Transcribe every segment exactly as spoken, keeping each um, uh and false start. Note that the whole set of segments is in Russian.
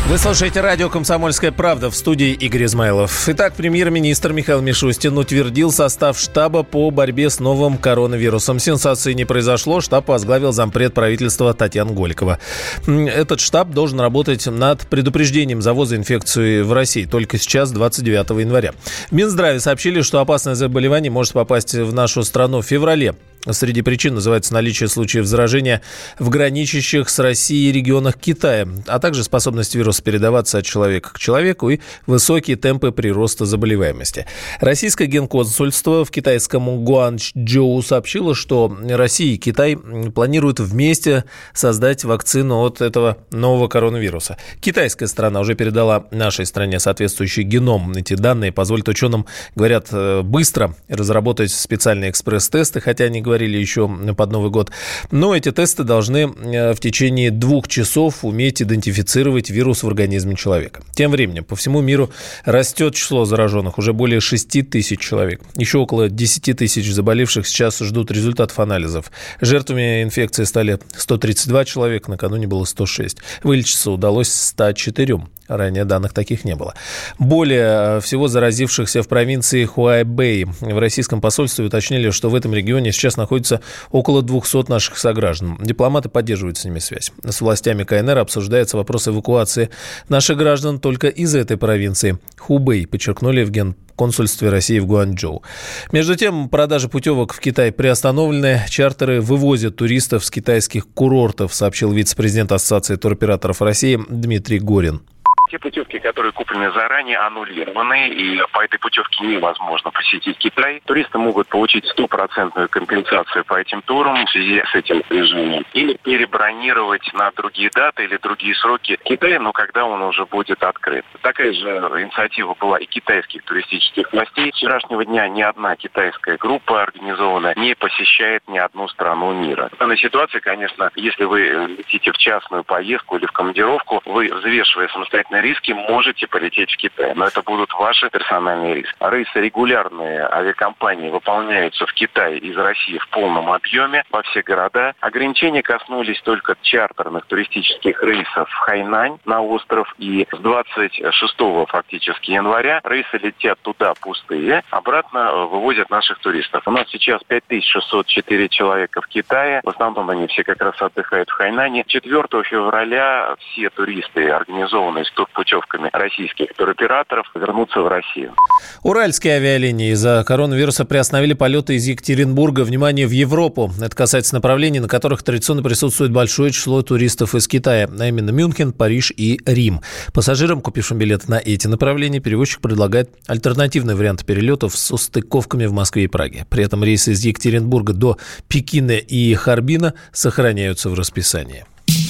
Вы слушаете радио «Комсомольская правда», в студии Игорь Измайлов. Итак, премьер-министр Михаил Мишустин утвердил состав штаба по борьбе с новым коронавирусом. Сенсации не произошло, штаб возглавил зампред правительства Татьяна Голикова. Этот штаб должен работать над предупреждением завоза инфекции в России только сейчас, двадцать девятого января. В Минздраве сообщили, что опасное заболевание может попасть в нашу страну в феврале. Среди причин называется наличие случаев заражения в граничащих с Россией регионах Китая, а также способность вируса передаваться от человека к человеку и высокие темпы прироста заболеваемости. Российское генконсульство в китайском Гуанчжоу сообщило, что Россия и Китай планируют вместе создать вакцину от этого нового коронавируса. Китайская сторона уже передала нашей стране соответствующий геном. Эти данные позволят ученым, говорят, быстро разработать специальные экспресс-тесты, хотя они говорили еще под Новый год. Но эти тесты должны в течение двух часов уметь идентифицировать вирус в организме человека. Тем временем по всему миру растет число зараженных. Уже более шести тысяч человек. Еще около десяти тысяч заболевших сейчас ждут результатов анализов. Жертвами инфекции стали сто тридцать два человека. Накануне было сто шесть. Вылечиться удалось ста четырем. Ранее данных таких не было. Более всего заразившихся в провинции Хуайбэй. В российском посольстве уточнили, что в этом регионе сейчас находится около двухсот наших сограждан. Дипломаты поддерживают с ними связь. С властями КНР обсуждается вопрос эвакуации наших граждан только из этой провинции. Хубэй, подчеркнули в генконсульстве России в Гуанчжоу. Между тем, продажи путевок в Китай приостановлены. Чартеры вывозят туристов с китайских курортов, сообщил вице-президент Ассоциации туроператоров России Дмитрий Горин. Те путевки, которые куплены заранее, аннулированы, и по этой путевке невозможно посетить Китай. Туристы могут получить стопроцентную компенсацию по этим турам в связи с этим режимом. Или перебронировать на другие даты или другие сроки Китая, но когда он уже будет открыт. Такая же инициатива была и китайских туристических властей. С вчерашнего дня ни одна китайская группа организованная не посещает ни одну страну мира. В данной ситуации, конечно, если вы летите в частную поездку или в командировку, вы, взвешивая самостоятельно риски, можете полететь в Китай, но это будут ваши персональные риски. Рейсы регулярные авиакомпании выполняются в Китае из России в полном объеме во все города. Ограничения коснулись только чартерных туристических рейсов в Хайнань на остров, и с двадцать шестого фактически января рейсы летят туда пустые, обратно вывозят наших туристов. У нас сейчас пять тысяч шестьсот четыре человека в Китае, в основном они все как раз отдыхают в Хайнане. четвёртого февраля все туристы, организованные с путевками российских туроператоров, вернутся в Россию. Уральские авиалинии из-за коронавируса приостановили полеты из Екатеринбурга, внимание, в Европу. Это касается направлений, на которых традиционно присутствует большое число туристов из Китая, а именно Мюнхен, Париж и Рим. Пассажирам, купившим билеты на эти направления, перевозчик предлагает альтернативный вариант перелетов со стыковками в Москве и Праге. При этом рейсы из Екатеринбурга до Пекина и Харбина сохраняются в расписании.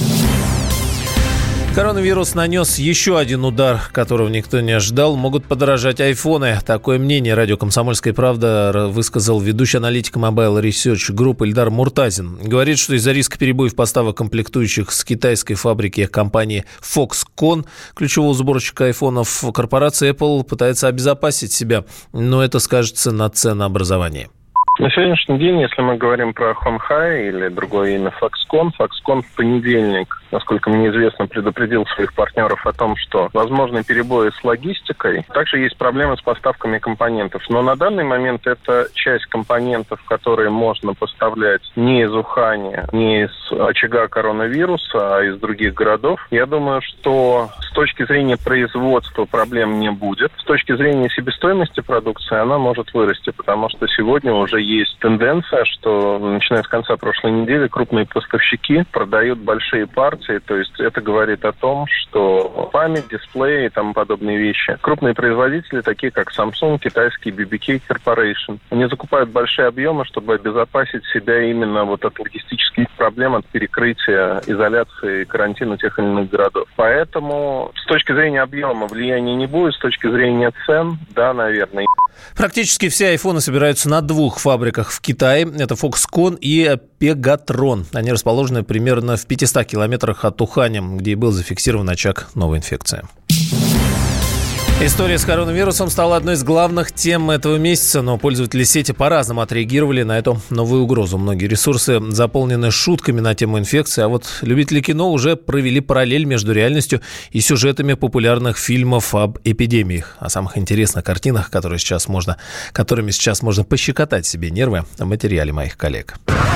Коронавирус нанес еще один удар, которого никто не ожидал. Могут подорожать айфоны. Такое мнение радио «Комсомольская правда» высказал ведущий аналитик Mobile Research Group Ильдар Муртазин. Говорит, что из-за риска перебоев поставок комплектующих с китайской фабрики компании Foxconn, ключевого сборщика айфонов, корпорация Apple пытается обезопасить себя. Но это скажется на ценообразовании. На сегодняшний день, если мы говорим про Honhai или другое имя Foxconn, Foxconn в понедельник, насколько мне известно, предупредил своих партнеров о том, что возможны перебои с логистикой. Также есть проблемы с поставками компонентов. Но на данный момент это часть компонентов, которые можно поставлять не из Ухани, не из очага коронавируса, а из других городов. Я думаю, что с точки зрения производства проблем не будет. С точки зрения себестоимости продукции она может вырасти, потому что сегодня уже есть тенденция, что начиная с конца прошлой недели крупные поставщики продают большие партии, то есть это говорит о том, что память, дисплеи и тому подобные вещи. Крупные производители, такие как Samsung, китайский би би кей Corporation, они закупают большие объемы, чтобы обезопасить себя именно вот от логистических проблем, от перекрытия, изоляции, карантина тех или иных городов. Поэтому с точки зрения объема влияния не будет, с точки зрения цен, да, наверное. Практически все айфоны собираются на двух фабриках в Китае. Это Foxconn и Pegatron. Они расположены примерно в пятистах километрах от Уханя, где и был зафиксирован очаг новой инфекции. История с коронавирусом стала одной из главных тем этого месяца, но пользователи сети по-разному отреагировали на эту новую угрозу. Многие ресурсы заполнены шутками на тему инфекции, а вот любители кино уже провели параллель между реальностью и сюжетами популярных фильмов об эпидемиях. О самых интересных картинах, которые сейчас можно, которыми сейчас можно пощекотать себе нервы, в материале моих коллег.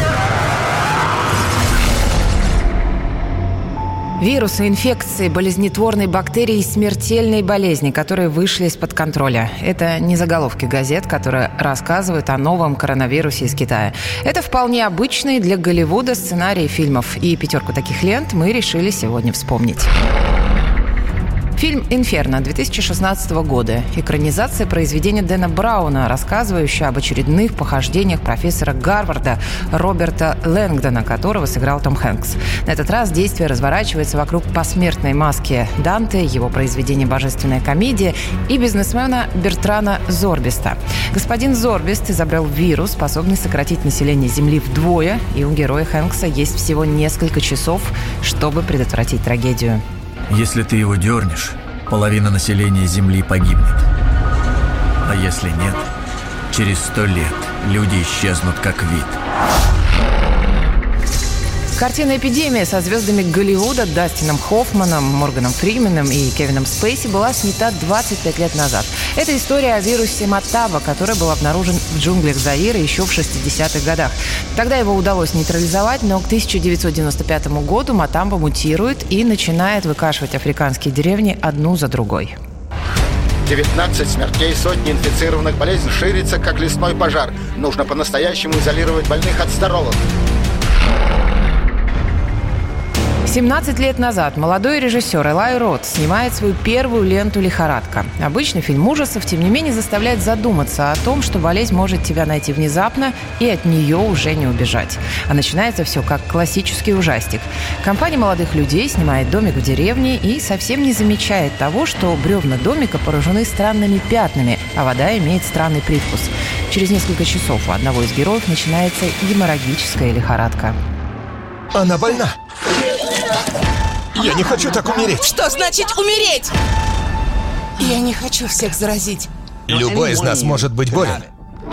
Вирусы, инфекции, болезнетворные бактерии и смертельные болезни, которые вышли из-под контроля. Это не заголовки газет, которые рассказывают о новом коронавирусе из Китая. Это вполне обычные для Голливуда сценарии фильмов. И пятерку таких лент мы решили сегодня вспомнить. Фильм «Инферно» две тысячи шестнадцатого года. Экранизация произведения Дэна Брауна, рассказывающая об очередных похождениях профессора Гарварда Роберта Лэнгдона, которого сыграл Том Хэнкс. На этот раз действие разворачивается вокруг посмертной маски Данте, его произведение «Божественная комедия» и бизнесмена Бертрана Зорбиста. Господин Зорбист изобрел вирус, способный сократить население Земли вдвое, и у героя Хэнкса есть всего несколько часов, чтобы предотвратить трагедию. Если ты его дернешь, половина населения Земли погибнет. А если нет, через сто лет люди исчезнут как вид. Картина «Эпидемия» со звездами Голливуда Дастином Хоффманом, Морганом Фрименом и Кевином Спейси была снята двадцать пять лет назад. Это история о вирусе Матаба, который был обнаружен в джунглях Заира еще в шестидесятых годах. Тогда его удалось нейтрализовать, но к тысяча девятьсот девяносто пятому году Матаба мутирует и начинает выкашивать африканские деревни одну за другой. девятнадцать смертей, сотни инфицированных, болезнь ширится, как лесной пожар. Нужно по-настоящему изолировать больных от старолов. семнадцать лет назад молодой режиссер Элай Рот снимает свою первую ленту «Лихорадка». Обычный фильм ужасов, тем не менее, заставляет задуматься о том, что болезнь может тебя найти внезапно и от нее уже не убежать. А начинается все как классический ужастик. Компания молодых людей снимает домик в деревне и совсем не замечает того, что бревна домика поражены странными пятнами, а вода имеет странный привкус. Через несколько часов у одного из героев начинается геморрагическая лихорадка. Она больна. Я не хочу так умереть. Что значит умереть? Я не хочу всех заразить. Любой из нас может быть болен.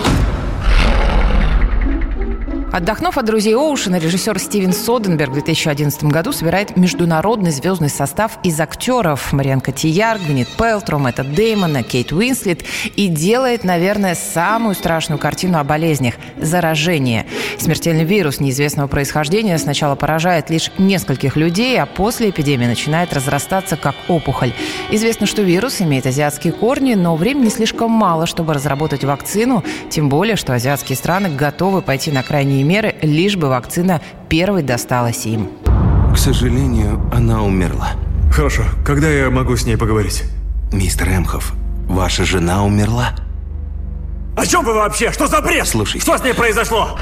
Отдохнув от друзей Оушена, режиссер Стивен Содерберг в две тысячи одиннадцатом году собирает международный звездный состав из актеров Марион Котийяр, Гвинет Пэлтроу, Мэтта Деймона, Кейт Уинслет и делает, наверное, самую страшную картину о болезнях – заражение. Смертельный вирус неизвестного происхождения сначала поражает лишь нескольких людей, а после эпидемии начинает разрастаться как опухоль. Известно, что вирус имеет азиатские корни, но времени слишком мало, чтобы разработать вакцину, тем более, что азиатские страны готовы пойти на крайние меры, лишь бы вакцина первой досталась им. К сожалению, она умерла. Хорошо. Когда я могу с ней поговорить? Мистер Эмхов, ваша жена умерла? О чем вы вообще? Что за бред? Слушайте. Что с ней произошло?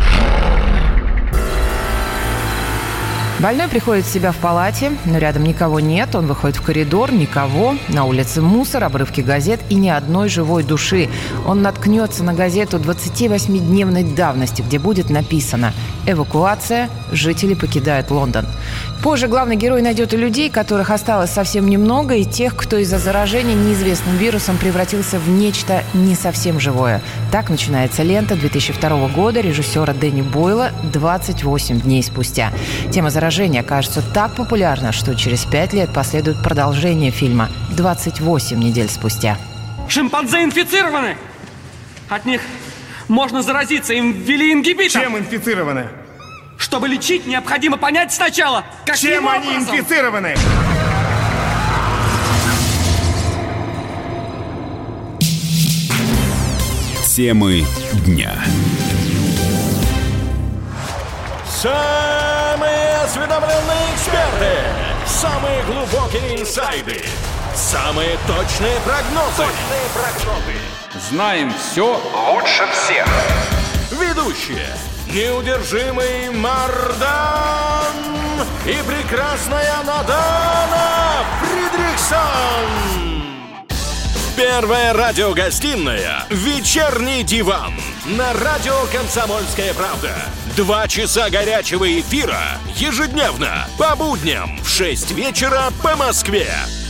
Больной приходит в себя в палате, но рядом никого нет. Он выходит в коридор, никого. На улице мусор, обрывки газет и ни одной живой души. Он наткнется на газету двадцативосьмидневной давности, где будет написано «Эвакуация. Жители покидают Лондон». Позже главный герой найдет и людей, которых осталось совсем немного, и тех, кто из-за заражения неизвестным вирусом превратился в нечто не совсем живое. Так начинается лента две тысячи второго года режиссера Дэнни Бойла «двадцать восемь дней спустя». Тема заражения кажется так популярна, что через пять лет последует продолжение фильма «двадцать восемь недель спустя». Шимпанзе инфицированы! От них можно заразиться, им ввели ингибитор. Чем инфицированы? Чтобы лечить, необходимо понять сначала, каким Чем образом. они инфицированы? Темы дня. Самые осведомленные эксперты, самые глубокие инсайды, самые точные прогнозы. Точные прогнозы. Знаем все лучше всех. Ведущие: неудержимый Мардан и прекрасная Надана Фридрихсон. Первая радиогостинная «Вечерний диван» на радио «Комсомольская правда». Два часа горячего эфира ежедневно по будням в шесть вечера по Москве.